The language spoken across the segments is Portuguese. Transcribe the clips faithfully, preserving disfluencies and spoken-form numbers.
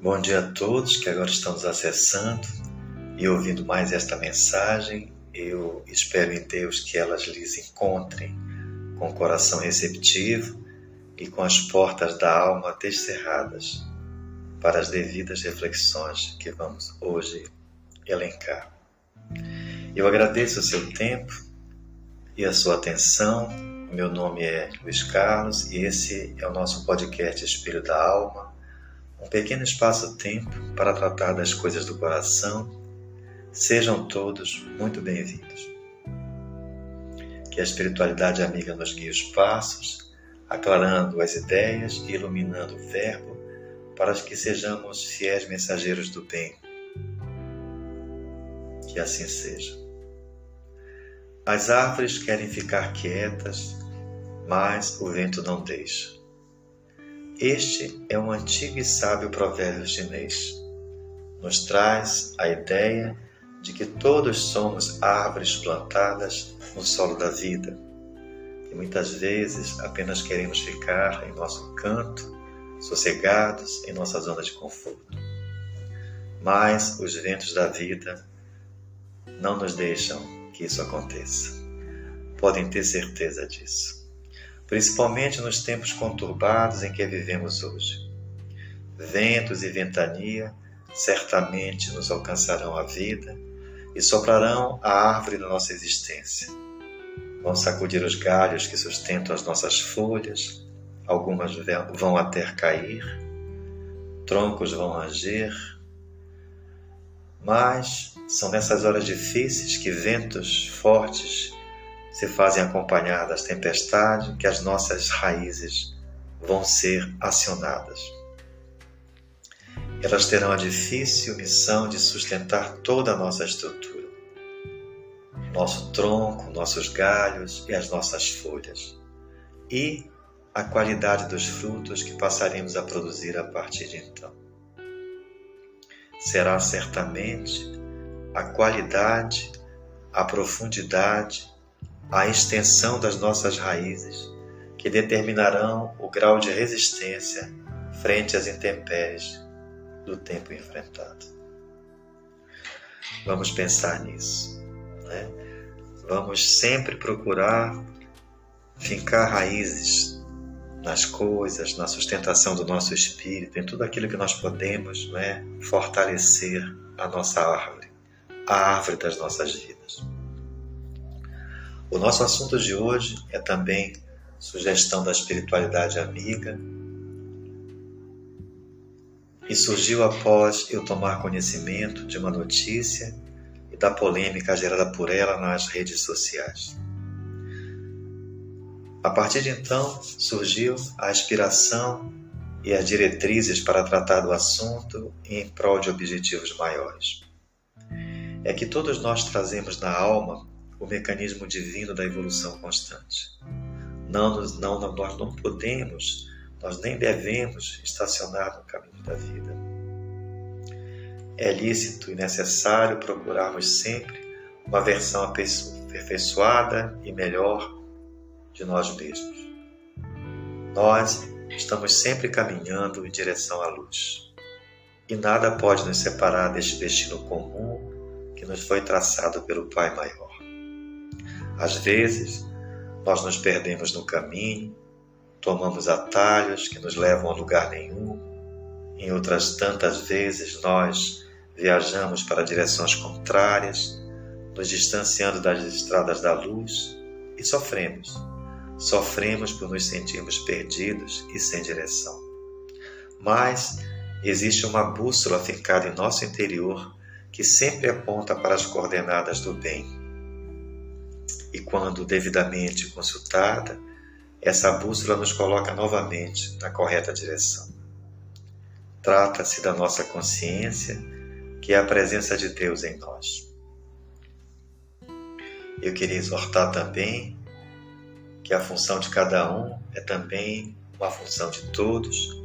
Bom dia a todos que agora estão nos acessando e ouvindo mais esta mensagem. Eu espero em Deus que elas lhes encontrem com o coração receptivo e com as portas da alma descerradas para as devidas reflexões que vamos hoje elencar. Eu agradeço o seu tempo e a sua atenção. Meu nome é Luiz Carlos e esse é o nosso podcast Espelho da Alma, um pequeno espaço-tempo para tratar das coisas do coração. Sejam todos muito bem-vindos. Que a espiritualidade amiga nos guie os passos, aclarando as ideias e iluminando o verbo para que sejamos fiéis mensageiros do bem. Que assim seja. As árvores querem ficar quietas, mas o vento não deixa. Este é um antigo e sábio provérbio chinês. Nos traz a ideia de que todos somos árvores plantadas no solo da vida e muitas vezes apenas queremos ficar em nosso canto, sossegados em nossa zona de conforto. Mas os ventos da vida não nos deixam que isso aconteça. Podem ter certeza disso. Principalmente nos tempos conturbados em que vivemos hoje. Ventos e ventania certamente nos alcançarão a vida e soprarão a árvore da nossa existência. Vão sacudir os galhos que sustentam as nossas folhas, algumas vão até cair, troncos vão ranger, mas são nessas horas difíceis que ventos fortes se fazem acompanhar das tempestades que as nossas raízes vão ser acionadas. Elas terão a difícil missão de sustentar toda a nossa estrutura, nosso tronco, nossos galhos e as nossas folhas, e a qualidade dos frutos que passaremos a produzir a partir de então. Será certamente a qualidade, a profundidade, a extensão das nossas raízes que determinarão o grau de resistência frente às intempéries do tempo enfrentado. Vamos pensar nisso, né? Vamos sempre procurar fincar raízes nas coisas, na sustentação do nosso espírito, em tudo aquilo que nós podemos, né, fortalecer a nossa árvore, a árvore das nossas vidas. O nosso assunto de hoje é também sugestão da espiritualidade amiga e surgiu após eu tomar conhecimento de uma notícia e da polêmica gerada por ela nas redes sociais. A partir de então, surgiu a inspiração e as diretrizes para tratar do assunto em prol de objetivos maiores. É que todos nós trazemos na alma o mecanismo divino da evolução constante. Não, não, nós não podemos, nós nem devemos estacionar no caminho da vida. É lícito e necessário procurarmos sempre uma versão aperfeiçoada e melhor de nós mesmos. Nós estamos sempre caminhando em direção à luz. E nada pode nos separar deste destino comum que nos foi traçado pelo Pai Maior. Às vezes, nós nos perdemos no caminho, tomamos atalhos que nos levam a lugar nenhum. Em outras tantas vezes, nós viajamos para direções contrárias, nos distanciando das estradas da luz e sofremos. Sofremos por nos sentirmos perdidos e sem direção. Mas existe uma bússola fincada em nosso interior que sempre aponta para as coordenadas do bem. E quando devidamente consultada, essa bússola nos coloca novamente na correta direção. Trata-se da nossa consciência, que é a presença de Deus em nós. Eu queria exortar também que a função de cada um é também uma função de todos.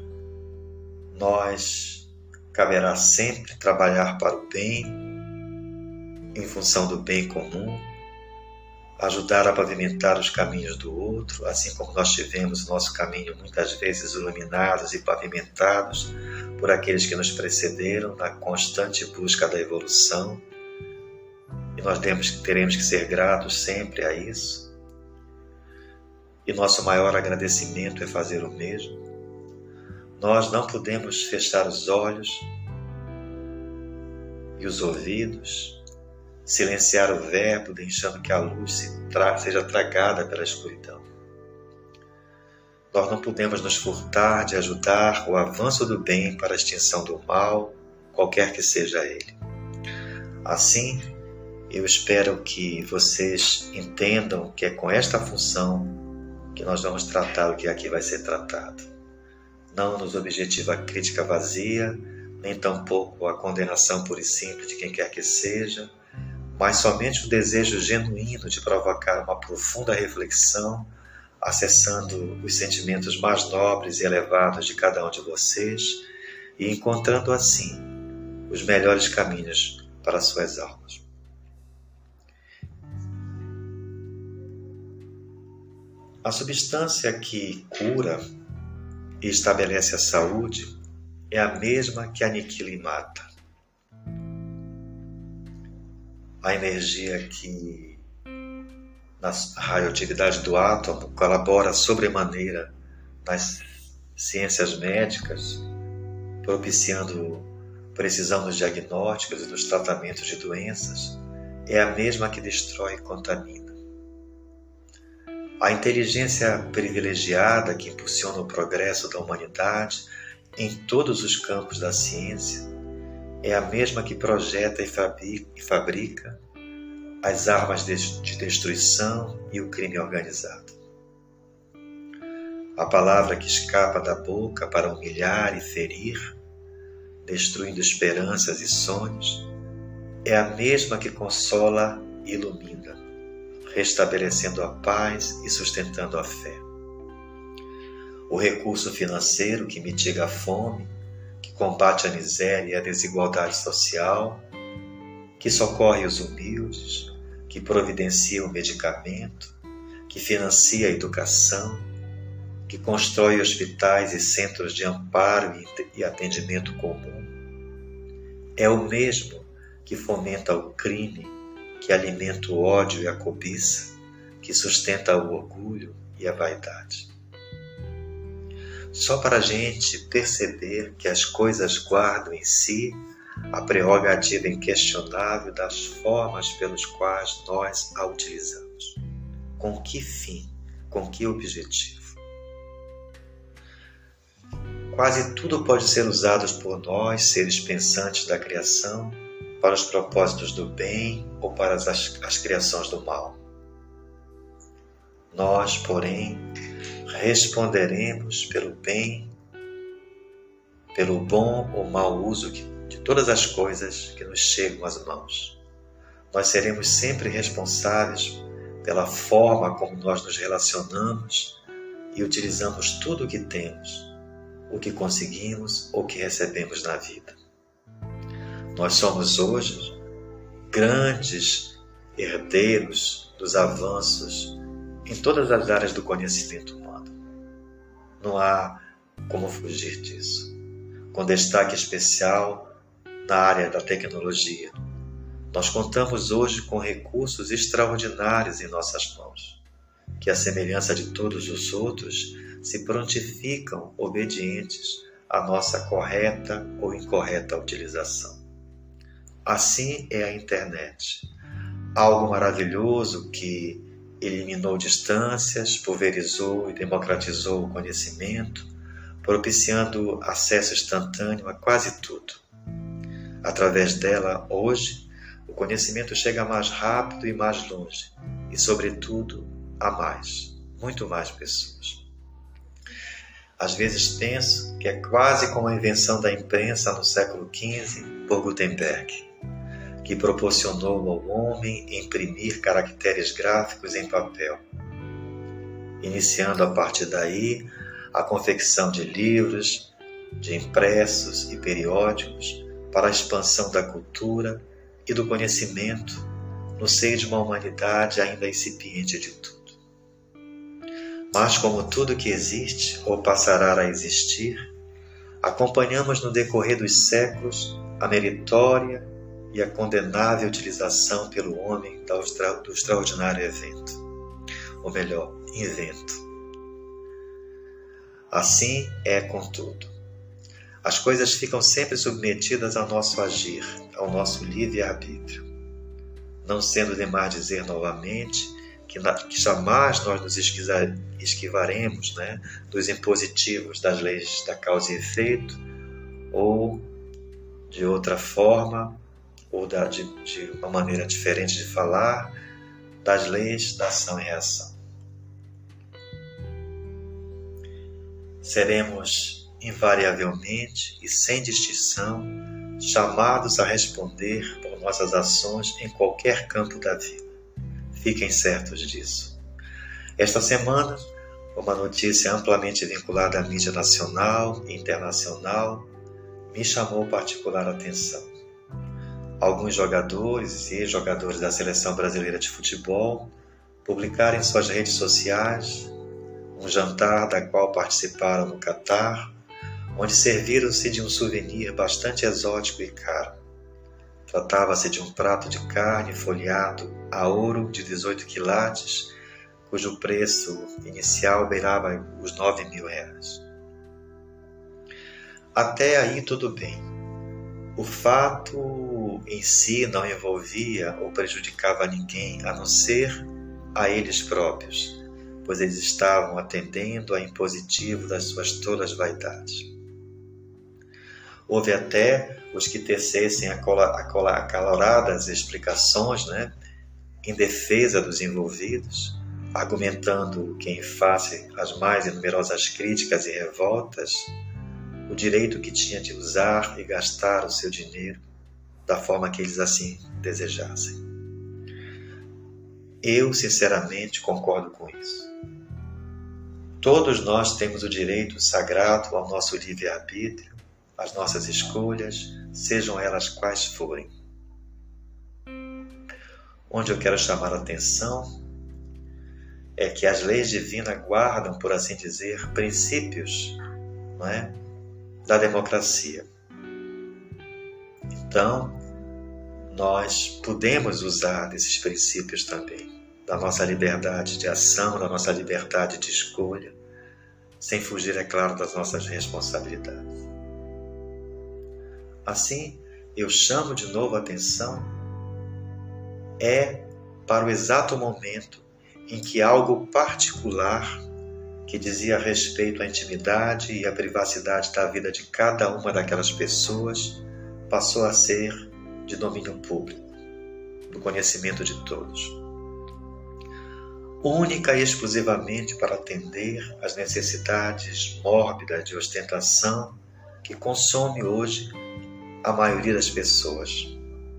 Nós caberá sempre trabalhar para o bem, em função do bem comum, ajudar a pavimentar os caminhos do outro, assim como nós tivemos o nosso caminho muitas vezes iluminados e pavimentados por aqueles que nos precederam na constante busca da evolução, e nós temos, teremos que ser gratos sempre a isso. E nosso maior agradecimento é fazer o mesmo. Nós não podemos fechar os olhos e os ouvidos, silenciar o verbo, deixando que a luz se tra- seja tragada pela escuridão. Nós não podemos nos furtar de ajudar o avanço do bem para a extinção do mal, qualquer que seja ele. Assim, eu espero que vocês entendam que é com esta função que nós vamos tratar o que aqui vai ser tratado. Não nos objetiva a crítica vazia, nem tampouco a condenação pura e simples de quem quer que seja, mas somente o desejo genuíno de provocar uma profunda reflexão, acessando os sentimentos mais nobres e elevados de cada um de vocês e encontrando assim os melhores caminhos para suas almas. A substância que cura e estabelece a saúde é a mesma que aniquila e mata. A energia que na radioatividade do átomo colabora sobremaneira nas ciências médicas, propiciando precisão nos diagnósticos e nos tratamentos de doenças, é a mesma que destrói e contamina. A inteligência privilegiada que impulsiona o progresso da humanidade em todos os campos da ciência é a mesma que projeta e fabrica as armas de destruição e o crime organizado. A palavra que escapa da boca para humilhar e ferir, destruindo esperanças e sonhos, é a mesma que consola e ilumina, restabelecendo a paz e sustentando a fé. O recurso financeiro que mitiga a fome, que combate a miséria e a desigualdade social, que socorre os humildes, que providencia o medicamento, que financia a educação, que constrói hospitais e centros de amparo e atendimento comum, é o mesmo que fomenta o crime, que alimenta o ódio e a cobiça, que sustenta o orgulho e a vaidade. Só para a gente perceber que as coisas guardam em si a prerrogativa inquestionável das formas pelas quais nós a utilizamos. Com que fim? Com que objetivo? Quase tudo pode ser usado por nós, seres pensantes da criação, para os propósitos do bem ou para as, as criações do mal. Nós, porém, responderemos pelo bem, pelo bom ou mau uso de todas as coisas que nos chegam às mãos. Nós seremos sempre responsáveis pela forma como nós nos relacionamos e utilizamos tudo o que temos, o que conseguimos ou que recebemos na vida. Nós somos hoje grandes herdeiros dos avanços em todas as áreas do conhecimento humano. Não há como fugir disso. Com destaque especial na área da tecnologia. Nós contamos hoje com recursos extraordinários em nossas mãos, que, à semelhança de todos os outros, se prontificam obedientes à nossa correta ou incorreta utilização. Assim é a internet, algo maravilhoso que eliminou distâncias, pulverizou e democratizou o conhecimento, propiciando acesso instantâneo a quase tudo. Através dela, hoje, o conhecimento chega mais rápido e mais longe, e, sobretudo, a mais, muito mais pessoas. Às vezes penso que é quase como a invenção da imprensa no século quinze por Gutenberg, que proporcionou ao homem imprimir caracteres gráficos em papel, iniciando a partir daí a confecção de livros, de impressos e periódicos para a expansão da cultura e do conhecimento no seio de uma humanidade ainda incipiente de tudo. Mas como tudo que existe ou passará a existir, acompanhamos no decorrer dos séculos a meritória e a condenável utilização pelo homem do extraordinário evento, ou melhor, invento. Assim é com tudo. As coisas ficam sempre submetidas ao nosso agir, ao nosso livre-arbítrio. Não sendo demais dizer novamente que, na, que jamais nós nos esquivar, esquivaremos né, dos impositivos das leis da causa e efeito, ou de outra forma, ou da, de, de uma maneira diferente de falar, das leis da ação e reação. Seremos invariavelmente e sem distinção chamados a responder por nossas ações em qualquer campo da vida. Fiquem certos disso. Esta semana, uma notícia amplamente vinculada à mídia nacional e internacional me chamou particular atenção. Alguns jogadores e ex-jogadores da Seleção Brasileira de Futebol publicaram em suas redes sociais um jantar da qual participaram no Catar, onde serviram-se de um souvenir bastante exótico e caro. Tratava-se de um prato de carne folheado a ouro de dezoito quilates, cujo preço inicial beirava os nove mil reais. Até aí tudo bem. O fato em si não envolvia ou prejudicava ninguém, a não ser a eles próprios, pois eles estavam atendendo a impositivo das suas tolas vaidades. Houve até os que tecessem acaloradas explicações né, em defesa dos envolvidos, argumentando que, em face às mais numerosas críticas e revoltas, o direito que tinha de usar e gastar o seu dinheiro da forma que eles assim desejassem. Eu, sinceramente, concordo com isso. Todos nós temos o direito sagrado ao nosso livre-arbítrio, às nossas escolhas, sejam elas quais forem. Onde eu quero chamar a atenção é que as leis divinas guardam, por assim dizer, princípios, não é, da democracia. Então, nós podemos usar desses princípios também, da nossa liberdade de ação, da nossa liberdade de escolha, sem fugir, é claro, das nossas responsabilidades. Assim, eu chamo de novo a atenção é para o exato momento em que algo particular que dizia respeito à intimidade e à privacidade da vida de cada uma daquelas pessoas passou a ser de domínio público, do conhecimento de todos. Única e exclusivamente para atender às necessidades mórbidas de ostentação que consome hoje a maioria das pessoas.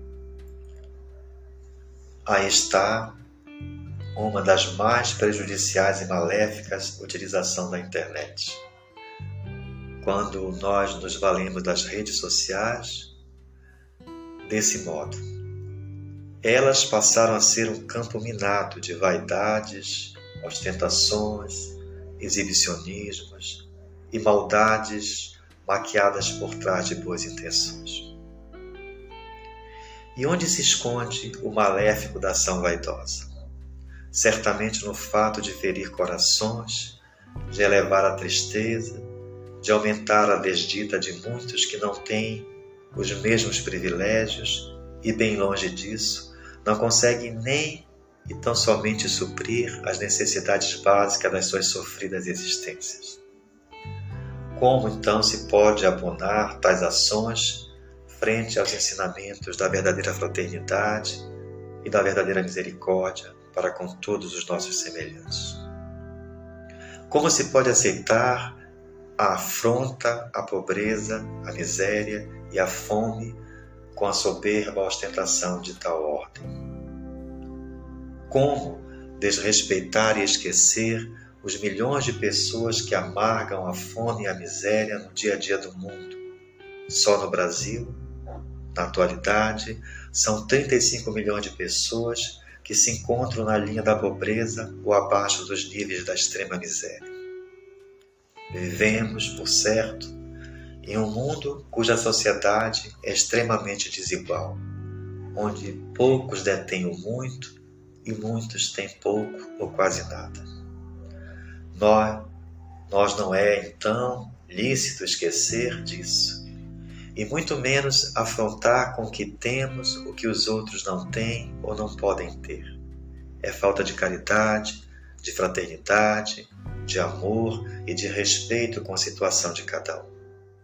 Aí está uma das mais prejudiciais e maléficas utilização da internet. Quando nós nos valemos das redes sociais desse modo, elas passaram a ser um campo minado de vaidades, ostentações, exibicionismos e maldades maquiadas por trás de boas intenções. E onde se esconde o maléfico da ação vaidosa? Certamente no fato de ferir corações, de elevar a tristeza, de aumentar a desdita de muitos que não têm os mesmos privilégios e, bem longe disso, não conseguem nem e tão somente suprir as necessidades básicas das suas sofridas existências. Como então se pode abonar tais ações frente aos ensinamentos da verdadeira fraternidade e da verdadeira misericórdia para com todos os nossos semelhantes? Como se pode aceitar a afronta, a pobreza, a miséria e a fome com a soberba ostentação de tal ordem? Como desrespeitar e esquecer os milhões de pessoas que amargam a fome e a miséria no dia a dia do mundo? Só no Brasil, na atualidade, são trinta e cinco milhões de pessoas que se encontram na linha da pobreza ou abaixo dos níveis da extrema miséria. Vivemos, por certo, em um mundo cuja sociedade é extremamente desigual, onde poucos detêm o muito e muitos têm pouco ou quase nada. Nós, nós não é, então, lícito esquecer disso, e muito menos afrontar com que temos o que os outros não têm ou não podem ter. É falta de caridade, de fraternidade, de amor e de respeito com a situação de cada um.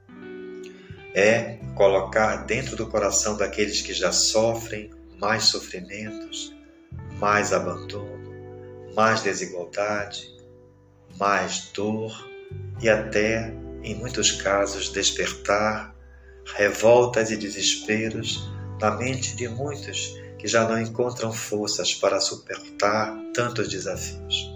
É colocar dentro do coração daqueles que já sofrem mais sofrimentos, mais abandono, mais desigualdade, mais dor e até, em muitos casos, despertar revoltas e desesperos na mente de muitos que já não encontram forças para suportar tantos desafios.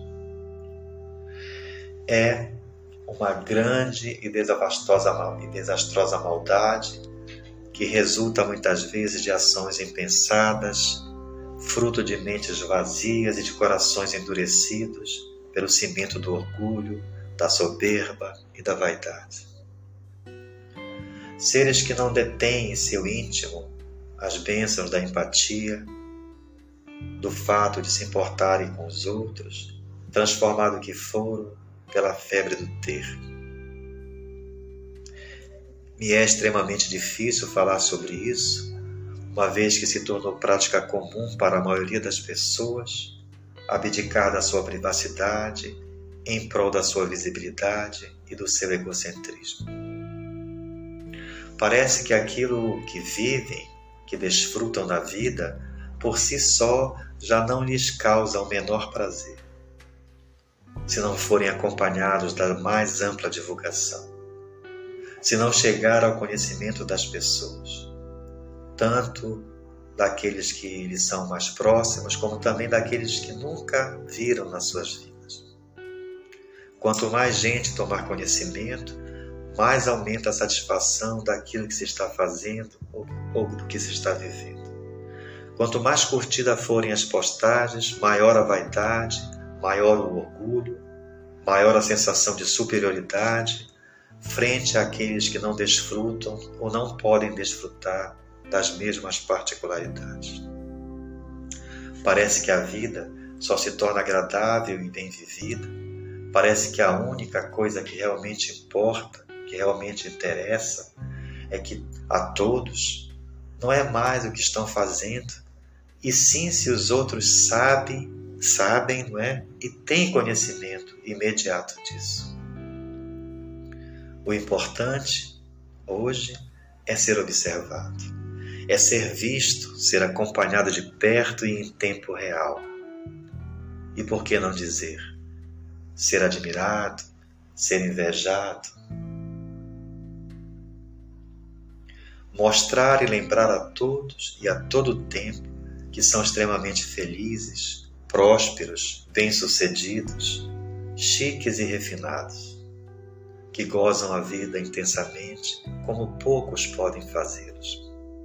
É uma grande e desastrosa, e desastrosa maldade que resulta muitas vezes de ações impensadas, fruto de mentes vazias e de corações endurecidos pelo cimento do orgulho, da soberba e da vaidade. Seres que não detêm em seu íntimo as bênçãos da empatia, do fato de se importarem com os outros, transformado que foram pela febre do ter. Me é extremamente difícil falar sobre isso, uma vez que se tornou prática comum para a maioria das pessoas abdicar da sua privacidade em prol da sua visibilidade e do seu egocentrismo. Parece que aquilo que vivem, que desfrutam da vida, por si só já não lhes causa o menor prazer, se não forem acompanhados da mais ampla divulgação, se não chegar ao conhecimento das pessoas, tanto daqueles que lhes são mais próximos, como também daqueles que nunca viram nas suas vidas. Quanto mais gente tomar conhecimento, mais aumenta a satisfação daquilo que se está fazendo ou, ou do que se está vivendo. Quanto mais curtida forem as postagens, maior a vaidade, maior o orgulho, maior a sensação de superioridade frente àqueles que não desfrutam ou não podem desfrutar das mesmas particularidades. Parece que a vida só se torna agradável e bem vivida. Parece que a única coisa que realmente importa, que realmente interessa, é que a todos não é mais o que estão fazendo, e sim se os outros sabem, sabem, não é? E têm conhecimento imediato disso. O importante hoje é ser observado, é ser visto, ser acompanhado de perto e em tempo real. E por que não dizer? Ser admirado, ser invejado. Mostrar e lembrar a todos e a todo tempo que são extremamente felizes, prósperos, bem-sucedidos, chiques e refinados, que gozam a vida intensamente como poucos podem fazê-los.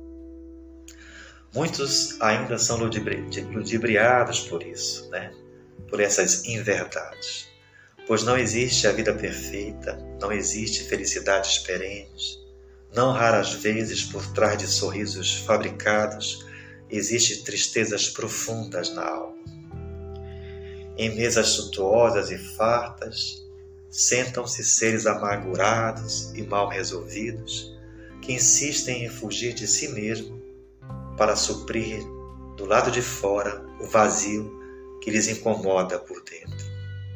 Muitos ainda são ludibriados por isso, né? Por essas inverdades, pois não existe a vida perfeita, não existe felicidades perenes, não raras vezes por trás de sorrisos fabricados existem tristezas profundas na alma. Em mesas suntuosas e fartas, sentam-se seres amargurados e mal resolvidos, que insistem em fugir de si mesmo para suprir do lado de fora o vazio que lhes incomoda por dentro.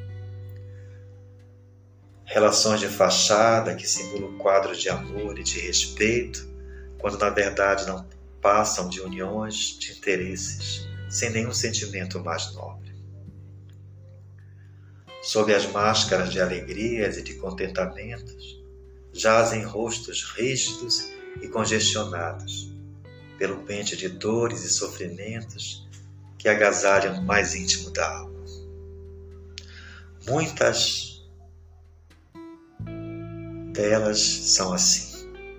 Relações de fachada que simulam quadros de amor e de respeito, quando na verdade não passam de uniões de interesses, sem nenhum sentimento mais nobre. Sob as máscaras de alegrias e de contentamentos, jazem rostos rígidos e congestionados, pelo pente de dores e sofrimentos que agasalham o mais íntimo da alma. Muitas delas são assim.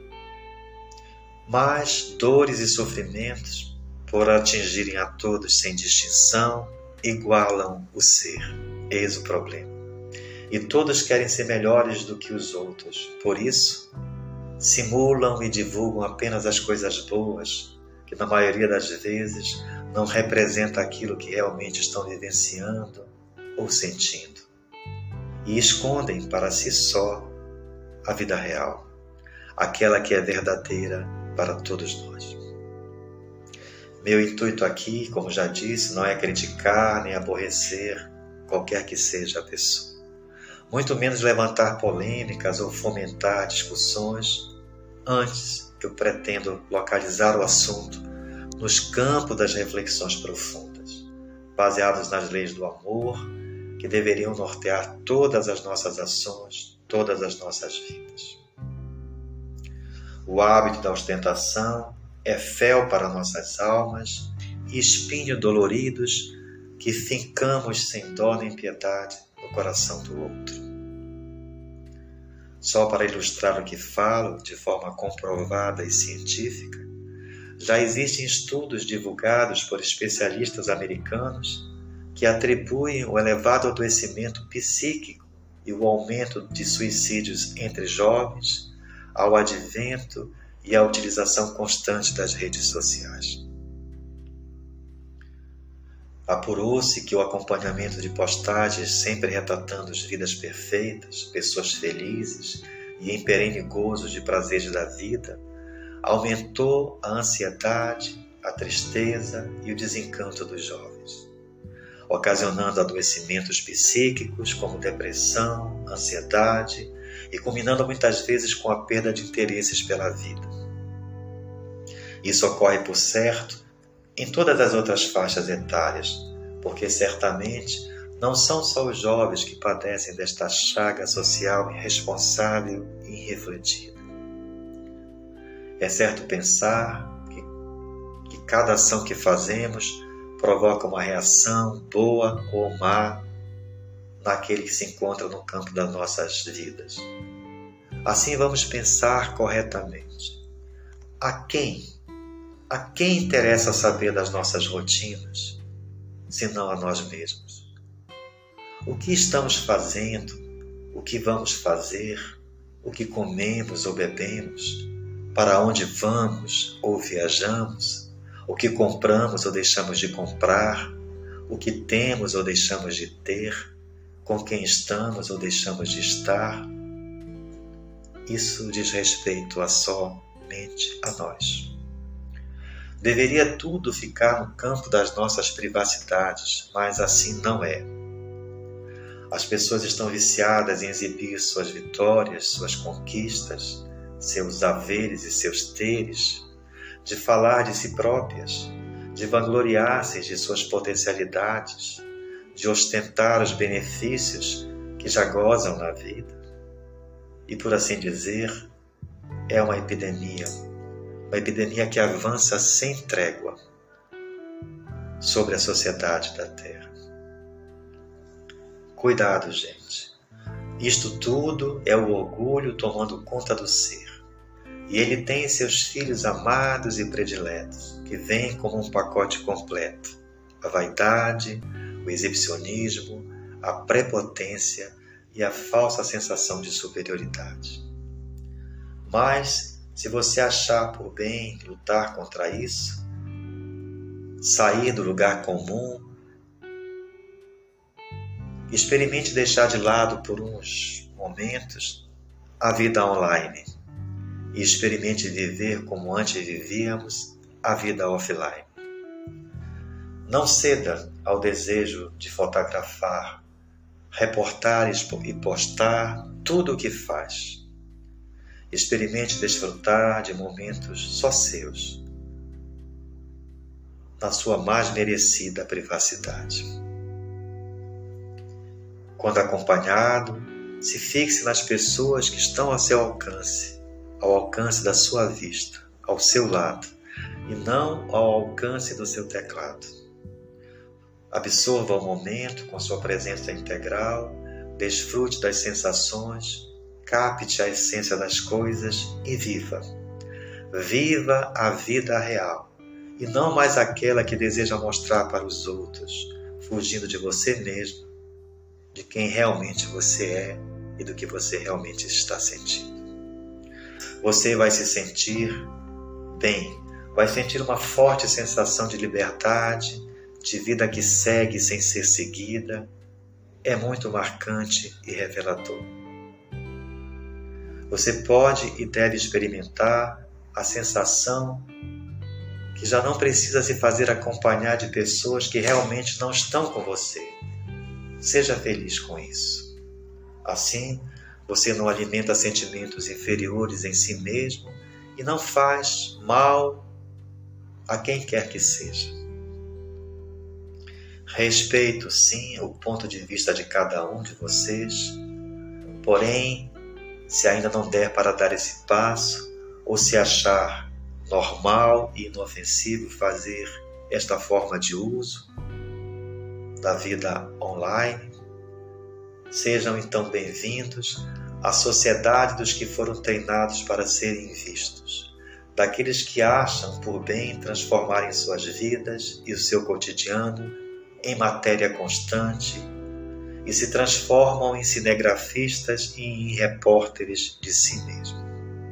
Mas dores e sofrimentos, por atingirem a todos sem distinção, igualam o ser. Eis o problema. E todos querem ser melhores do que os outros. Por isso, simulam e divulgam apenas as coisas boas, que na maioria das vezes não representa aquilo que realmente estão vivenciando ou sentindo, e escondem para si só a vida real, aquela que é verdadeira para todos nós. Meu intuito aqui, como já disse, não é criticar nem aborrecer qualquer que seja a pessoa, muito menos levantar polêmicas ou fomentar discussões. Antes, eu pretendo localizar o assunto nos campos das reflexões profundas, baseados nas leis do amor, que deveriam nortear todas as nossas ações, todas as nossas vidas. O hábito da ostentação é fel para nossas almas e espinhos doloridos que fincamos sem dó nem piedade no coração do outro. Só para ilustrar o que falo de forma comprovada e científica, já existem estudos divulgados por especialistas americanos que atribuem o elevado adoecimento psíquico e o aumento de suicídios entre jovens ao advento e à utilização constante das redes sociais. Apurou-se que o acompanhamento de postagens sempre retratando as vidas perfeitas, pessoas felizes e em perene gozo de prazeres da vida, aumentou a ansiedade, a tristeza e o desencanto dos jovens, ocasionando adoecimentos psíquicos como depressão, ansiedade e culminando muitas vezes com a perda de interesses pela vida. Isso ocorre, por certo, em todas as outras faixas etárias, porque certamente não são só os jovens que padecem desta chaga social irresponsável e irrefletida. É certo pensar que, que cada ação que fazemos provoca uma reação boa ou má naquele que se encontra no campo das nossas vidas. Assim vamos pensar corretamente. A quem? A quem interessa saber das nossas rotinas, senão a nós mesmos? O que estamos fazendo, o que vamos fazer, o que comemos ou bebemos, para onde vamos ou viajamos, o que compramos ou deixamos de comprar, o que temos ou deixamos de ter, com quem estamos ou deixamos de estar. Isso diz respeito a somente a nós. Deveria tudo ficar no campo das nossas privacidades, mas assim não é. As pessoas estão viciadas em exibir suas vitórias, suas conquistas, seus haveres e seus teres, de falar de si próprias, de vangloriar-se de suas potencialidades, de ostentar os benefícios que já gozam na vida. E, por assim dizer, é uma epidemia, uma epidemia que avança sem trégua sobre a sociedade da Terra. Cuidado, gente. Isto tudo é o orgulho tomando conta do ser. E ele tem seus filhos amados e prediletos, que vêm como um pacote completo. A vaidade, o exibicionismo, a prepotência e a falsa sensação de superioridade. Mas, se você achar por bem lutar contra isso, sair do lugar comum, experimente deixar de lado por uns momentos a vida online e experimente viver como antes vivíamos a vida offline. Não ceda ao desejo de fotografar, reportar e postar tudo o que faz. Experimente desfrutar de momentos só seus, na sua mais merecida privacidade. Quando acompanhado, se fixe nas pessoas que estão ao seu alcance, ao alcance da sua vista, ao seu lado, e não ao alcance do seu teclado. Absorva o momento com sua presença integral, desfrute das sensações, capte a essência das coisas e viva. Viva a vida real, e não mais aquela que deseja mostrar para os outros, fugindo de você mesmo, de quem realmente você é e do que você realmente está sentindo. você vai se sentir bem, vai sentir uma forte sensação de liberdade, de vida que segue sem ser seguida. É muito marcante e revelador. Você pode e deve experimentar a sensação que já não precisa se fazer acompanhar de pessoas que realmente não estão com você. Seja feliz com isso. Assim, você não alimenta sentimentos inferiores em si mesmo e não faz mal a quem quer que seja. Respeito, sim, o ponto de vista de cada um de vocês, porém, se ainda não der para dar esse passo, ou se achar normal e inofensivo fazer esta forma de uso da vida online, sejam então bem-vindos à sociedade dos que foram treinados para serem vistos, daqueles que acham por bem transformarem suas vidas e o seu cotidiano em matéria constante e se transformam em cinegrafistas e em repórteres de si mesmos.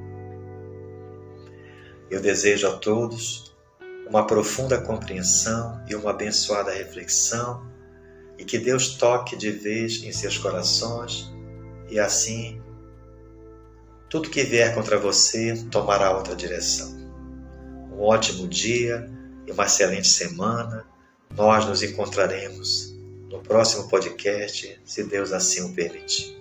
Eu desejo a todos uma profunda compreensão e uma abençoada reflexão e que Deus toque de vez em seus corações e assim tudo que vier contra você tomará outra direção. Um ótimo dia e uma excelente semana. Nós nos encontraremos no próximo podcast, se Deus assim o permitir.